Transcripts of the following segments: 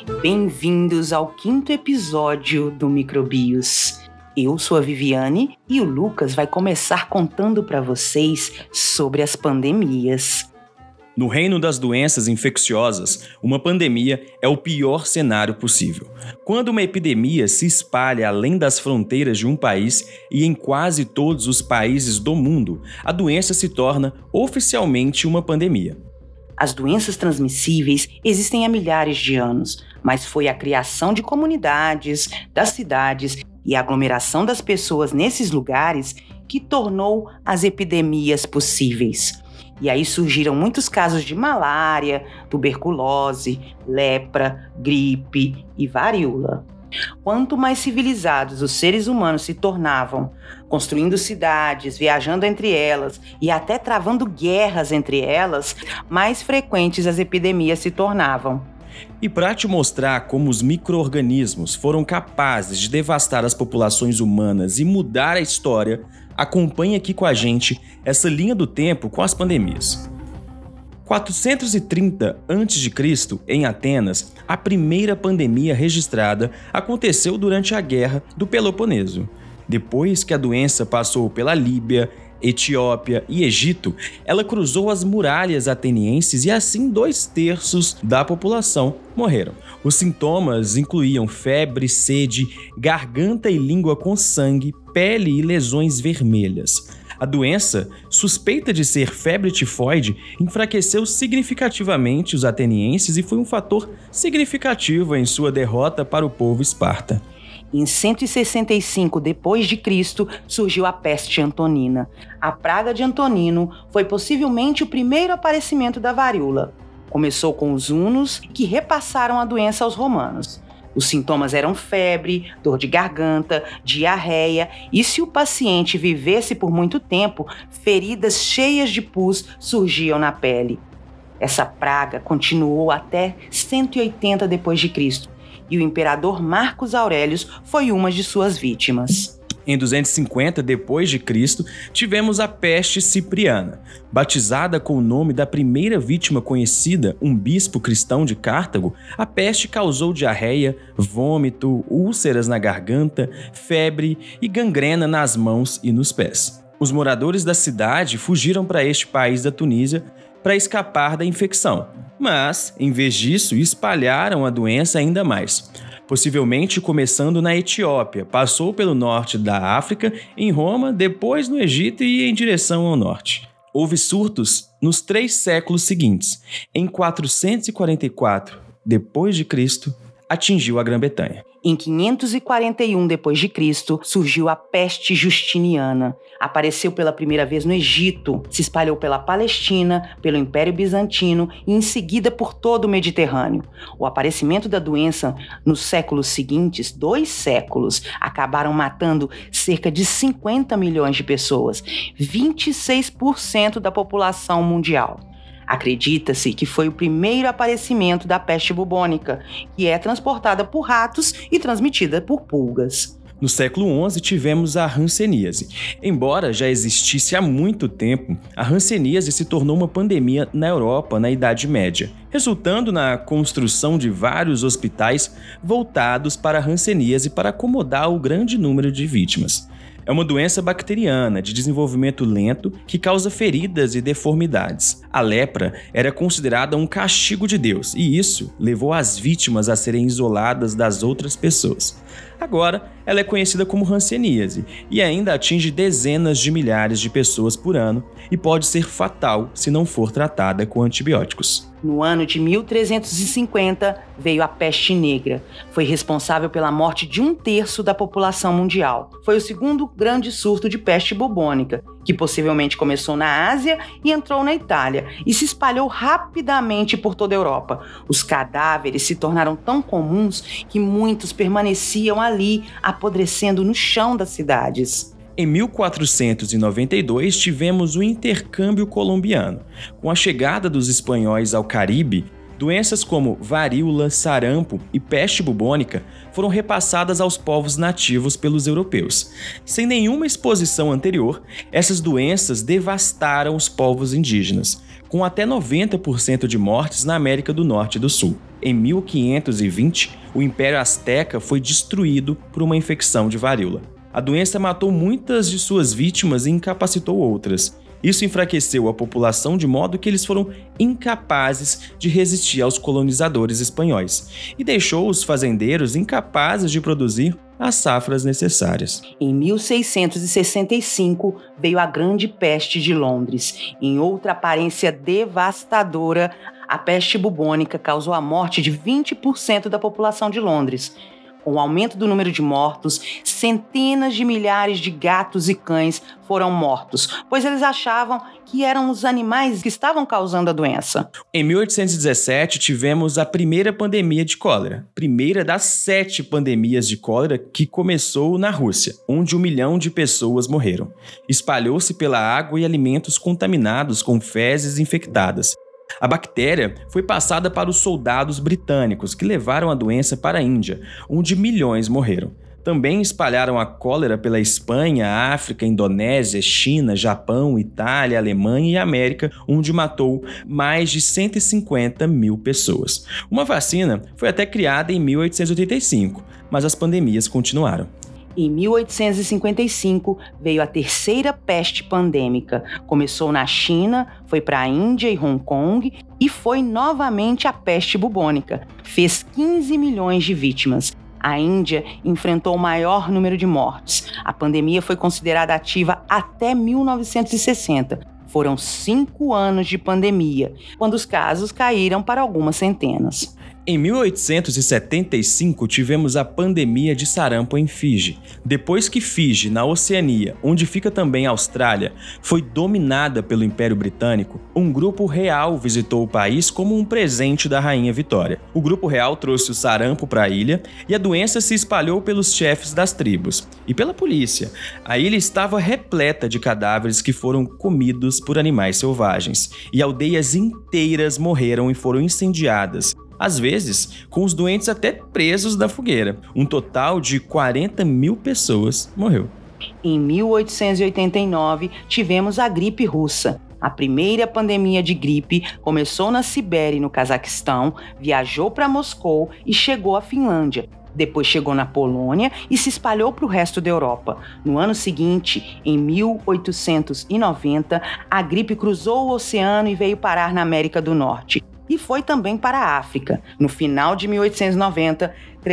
Bem-vindos ao 5º episódio do Microbios. Eu sou a Viviane e o Lucas vai começar contando para vocês sobre as pandemias. No reino das doenças infecciosas, uma pandemia é o pior cenário possível. Quando uma epidemia se espalha além das fronteiras de um país e em quase todos os países do mundo, a doença se torna oficialmente uma pandemia. As doenças transmissíveis existem há milhares de anos, mas foi a criação de comunidades, das cidades e a aglomeração das pessoas nesses lugares que tornou as epidemias possíveis. E aí surgiram muitos casos de malária, tuberculose, lepra, gripe e varíola. Quanto mais civilizados os seres humanos se tornavam, construindo cidades, viajando entre elas e até travando guerras entre elas, mais frequentes as epidemias se tornavam. E para te mostrar como os micro-organismos foram capazes de devastar as populações humanas e mudar a história, acompanhe aqui com a gente essa linha do tempo com as pandemias. 430 a.C., em Atenas, a primeira pandemia registrada aconteceu durante a Guerra do Peloponeso. Depois que a doença passou pela Líbia, Etiópia e Egito, ela cruzou as muralhas atenienses e assim 2/3 da população morreram. Os sintomas incluíam febre, sede, garganta e língua com sangue, pele e lesões vermelhas. A doença, suspeita de ser febre tifoide, enfraqueceu significativamente os atenienses e foi um fator significativo em sua derrota para o povo esparta. Em 165 d.C., surgiu a peste antonina. A praga de Antonino foi possivelmente o primeiro aparecimento da varíola. Começou com os hunos, que repassaram a doença aos romanos. Os sintomas eram febre, dor de garganta, diarreia e, se o paciente vivesse por muito tempo, feridas cheias de pus surgiam na pele. Essa praga continuou até 180 d.C., e o imperador Marcos Aurelius foi uma de suas vítimas. Em 250 d.C., tivemos a peste cipriana. Batizada com o nome da primeira vítima conhecida, um bispo cristão de Cartago, a peste causou diarreia, vômito, úlceras na garganta, febre e gangrena nas mãos e nos pés. Os moradores da cidade fugiram para este país da Tunísia para escapar da infecção, mas, em vez disso, espalharam a doença ainda mais. Possivelmente começando na Etiópia, passou pelo norte da África, em Roma, depois no Egito e em direção ao norte. Houve surtos nos 3 séculos seguintes. Em 444 d.C., atingiu a Grã-Bretanha. Em 541 d.C., surgiu a peste justiniana. Apareceu pela primeira vez no Egito, se espalhou pela Palestina, pelo Império Bizantino e em seguida por todo o Mediterrâneo. O aparecimento da doença nos séculos seguintes, 2 séculos, acabaram matando cerca de 50 milhões de pessoas, 26% da população mundial. Acredita-se que foi o primeiro aparecimento da peste bubônica, que é transportada por ratos e transmitida por pulgas. No século XI tivemos a hanseníase. Embora já existisse há muito tempo, a hanseníase se tornou uma pandemia na Europa na Idade Média, resultando na construção de vários hospitais voltados para a hanseníase para acomodar o grande número de vítimas. É uma doença bacteriana de desenvolvimento lento que causa feridas e deformidades. A lepra era considerada um castigo de Deus e isso levou as vítimas a serem isoladas das outras pessoas. Agora, ela é conhecida como hanseníase e ainda atinge dezenas de milhares de pessoas por ano e pode ser fatal se não for tratada com antibióticos. No ano de 1350, veio a peste negra. Foi responsável pela morte de 1/3 da população mundial. Foi o segundo grande surto de peste bubônica, que possivelmente começou na Ásia e entrou na Itália, e se espalhou rapidamente por toda a Europa. Os cadáveres se tornaram tão comuns que muitos permaneciam ali, apodrecendo no chão das cidades. Em 1492, tivemos o intercâmbio colombiano. Com a chegada dos espanhóis ao Caribe, doenças como varíola, sarampo e peste bubônica foram repassadas aos povos nativos pelos europeus. Sem nenhuma exposição anterior, essas doenças devastaram os povos indígenas, com até 90% de mortes na América do Norte e do Sul. Em 1520, o Império Azteca foi destruído por uma infecção de varíola. A doença matou muitas de suas vítimas e incapacitou outras. Isso enfraqueceu a população de modo que eles foram incapazes de resistir aos colonizadores espanhóis e deixou os fazendeiros incapazes de produzir as safras necessárias. Em 1665 veio a Grande Peste de Londres. Em outra aparência devastadora, a peste bubônica causou a morte de 20% da população de Londres. Com o aumento do número de mortos, centenas de milhares de gatos e cães foram mortos, pois eles achavam que eram os animais que estavam causando a doença. Em 1817, tivemos a primeira pandemia de cólera, primeira das 7 pandemias de cólera que começou na Rússia, onde 1 milhão de pessoas morreram. Espalhou-se pela água e alimentos contaminados com fezes infectadas. A bactéria foi passada para os soldados britânicos, que levaram a doença para a Índia, onde milhões morreram. Também espalharam a cólera pela Espanha, África, Indonésia, China, Japão, Itália, Alemanha e América, onde matou mais de 150 mil pessoas. Uma vacina foi até criada em 1885, mas as pandemias continuaram. Em 1855, veio a terceira peste pandêmica. Começou na China, foi para a Índia e Hong Kong e foi novamente a peste bubônica. Fez 15 milhões de vítimas. A Índia enfrentou o maior número de mortes. A pandemia foi considerada ativa até 1960. Foram 5 anos de pandemia, quando os casos caíram para algumas centenas. Em 1875, tivemos a pandemia de sarampo em Fiji. Depois que Fiji, na Oceania, onde fica também a Austrália, foi dominada pelo Império Britânico, um grupo real visitou o país como um presente da Rainha Vitória. O grupo real trouxe o sarampo para a ilha e a doença se espalhou pelos chefes das tribos e pela polícia. A ilha estava repleta de cadáveres que foram comidos por animais selvagens e aldeias inteiras morreram e foram incendiadas. Às vezes, com os doentes até presos da fogueira. Um total de 40 mil pessoas morreu. Em 1889, tivemos a gripe russa. A primeira pandemia de gripe começou na Sibéria e no Cazaquistão, viajou para Moscou e chegou à Finlândia. Depois chegou na Polônia e se espalhou para o resto da Europa. No ano seguinte, em 1890, a gripe cruzou o oceano e veio parar na América do Norte. E foi também para a África. No final de 1890,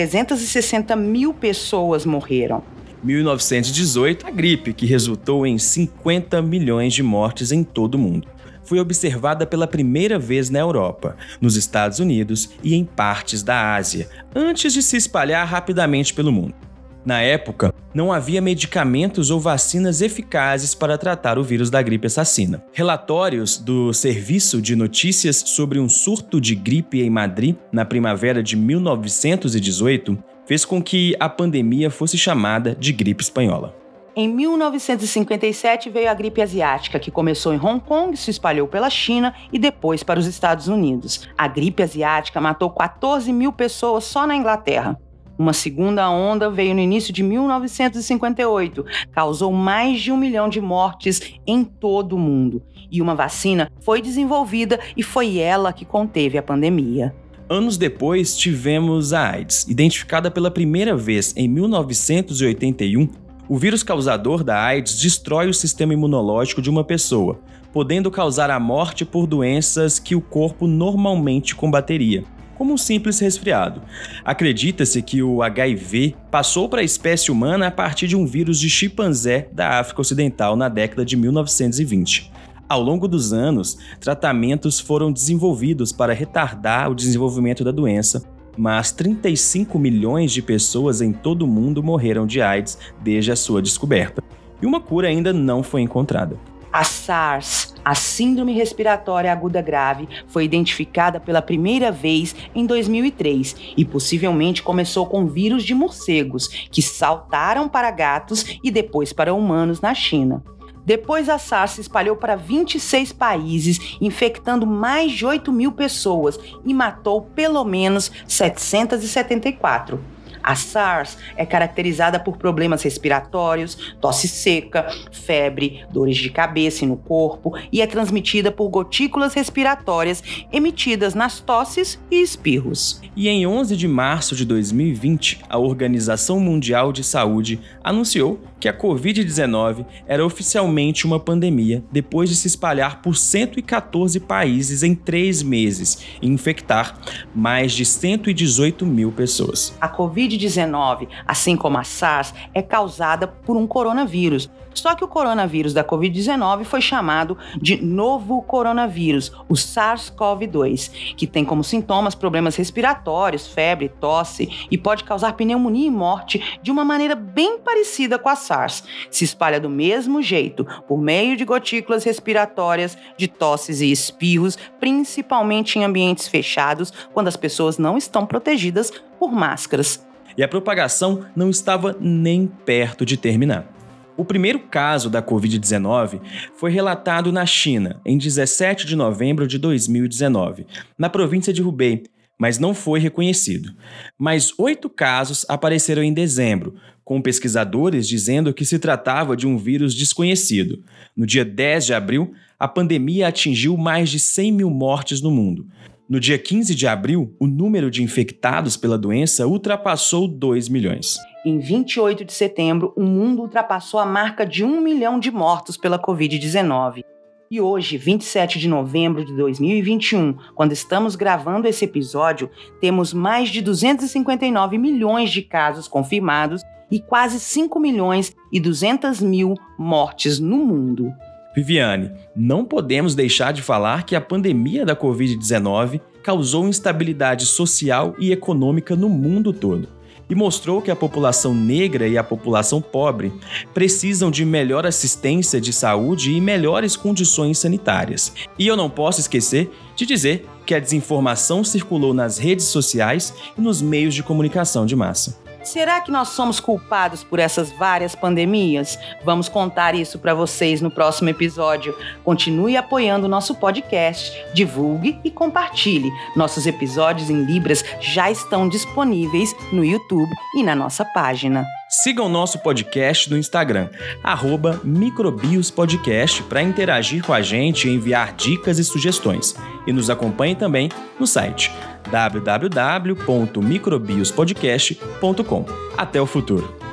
360 mil pessoas morreram. 1918, a gripe, que resultou em 50 milhões de mortes em todo o mundo, foi observada pela primeira vez na Europa, nos Estados Unidos e em partes da Ásia, antes de se espalhar rapidamente pelo mundo. Na época, não havia medicamentos ou vacinas eficazes para tratar o vírus da gripe assassina. Relatórios do Serviço de Notícias sobre um surto de gripe em Madrid, na primavera de 1918, fez com que a pandemia fosse chamada de gripe espanhola. Em 1957 veio a gripe asiática, que começou em Hong Kong, se espalhou pela China e depois para os Estados Unidos. A gripe asiática matou 14 mil pessoas só na Inglaterra. Uma segunda onda veio no início de 1958, causou mais de 1 milhão de mortes em todo o mundo. E uma vacina foi desenvolvida e foi ela que conteve a pandemia. Anos depois, tivemos a AIDS, identificada pela primeira vez em 1981. O vírus causador da AIDS destrói o sistema imunológico de uma pessoa, podendo causar a morte por doenças que o corpo normalmente combateria, como um simples resfriado. Acredita-se que o HIV passou para a espécie humana a partir de um vírus de chimpanzé da África Ocidental na década de 1920. Ao longo dos anos, tratamentos foram desenvolvidos para retardar o desenvolvimento da doença, mas 35 milhões de pessoas em todo o mundo morreram de AIDS desde a sua descoberta, e uma cura ainda não foi encontrada. A SARS, a Síndrome Respiratória Aguda Grave, foi identificada pela primeira vez em 2003 e possivelmente começou com vírus de morcegos, que saltaram para gatos e depois para humanos na China. Depois a SARS se espalhou para 26 países, infectando mais de 8 mil pessoas e matou pelo menos 774. A SARS é caracterizada por problemas respiratórios, tosse seca, febre, dores de cabeça e no corpo e é transmitida por gotículas respiratórias emitidas nas tosses e espirros. E em 11 de março de 2020, a Organização Mundial de Saúde anunciou que a Covid-19 era oficialmente uma pandemia depois de se espalhar por 114 países em 3 meses e infectar mais de 118 mil pessoas. A Covid-19, assim como a SARS, é causada por um coronavírus. Só que o coronavírus da Covid-19 foi chamado de novo coronavírus, o SARS-CoV-2, que tem como sintomas problemas respiratórios, febre, tosse e pode causar pneumonia e morte de uma maneira bem parecida com a SARS. Se espalha do mesmo jeito, por meio de gotículas respiratórias, de tosses e espirros, principalmente em ambientes fechados, quando as pessoas não estão protegidas por máscaras. E a propagação não estava nem perto de terminar. O primeiro caso da Covid-19 foi relatado na China, em 17 de novembro de 2019, na província de Hubei, mas não foi reconhecido. Mais 8 casos apareceram em dezembro, com pesquisadores dizendo que se tratava de um vírus desconhecido. No dia 10 de abril, a pandemia atingiu mais de 100 mil mortes no mundo. No dia 15 de abril, o número de infectados pela doença ultrapassou 2 milhões. Em 28 de setembro, o mundo ultrapassou a marca de 1 milhão de mortos pela Covid-19. E hoje, 27 de novembro de 2021, quando estamos gravando esse episódio, temos mais de 259 milhões de casos confirmados e quase 5 milhões e 200 mil mortes no mundo. Viviane, não podemos deixar de falar que a pandemia da Covid-19 causou instabilidade social e econômica no mundo todo e mostrou que a população negra e a população pobre precisam de melhor assistência de saúde e melhores condições sanitárias. E eu não posso esquecer de dizer que a desinformação circulou nas redes sociais e nos meios de comunicação de massa. Será que nós somos culpados por essas várias pandemias? Vamos contar isso para vocês no próximo episódio. Continue apoiando o nosso podcast, divulgue e compartilhe. Nossos episódios em Libras já estão disponíveis no YouTube e na nossa página. Sigam nosso podcast no Instagram, @microbiospodcast, para interagir com a gente e enviar dicas e sugestões. E nos acompanhe também no site www.microbiospodcast.com. Até o futuro!